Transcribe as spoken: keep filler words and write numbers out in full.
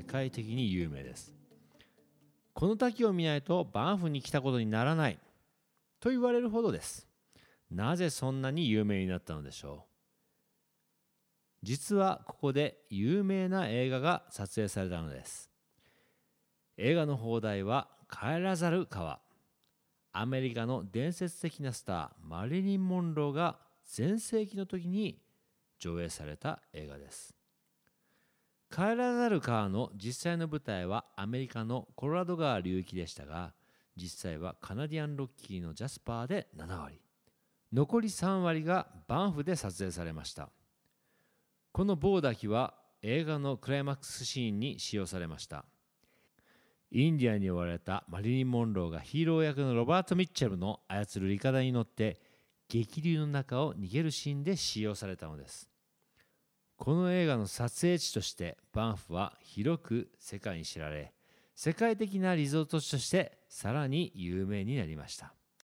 界的に有名です。この滝を見ないとバンフに来たことにならないと言われるほどです。なぜそんなに有名になったのでしょう。実はここで有名な映画が撮影されたのです。映画の放題は帰らざる川。アメリカの伝説的なスターマリリン・モンローが全盛期の時に上映された映画です。帰らざる川の実際の舞台はアメリカのコロラド川流域でしたが、実際はカナディアンロッキーのジャスパーでななわり、残りさんわりがバンフで撮影されました。この棒滝は映画のクライマックスシーンに使用されました。インディアンに追われたマリリン・モンローがヒーロー役のロバート・ミッチェルの操るイカダに乗って激流の中を逃げるシーンで使用されたのです。この映画の撮影地としてバンフは広く世界に知られ、世界的なリゾート地としてさらに有名になりました。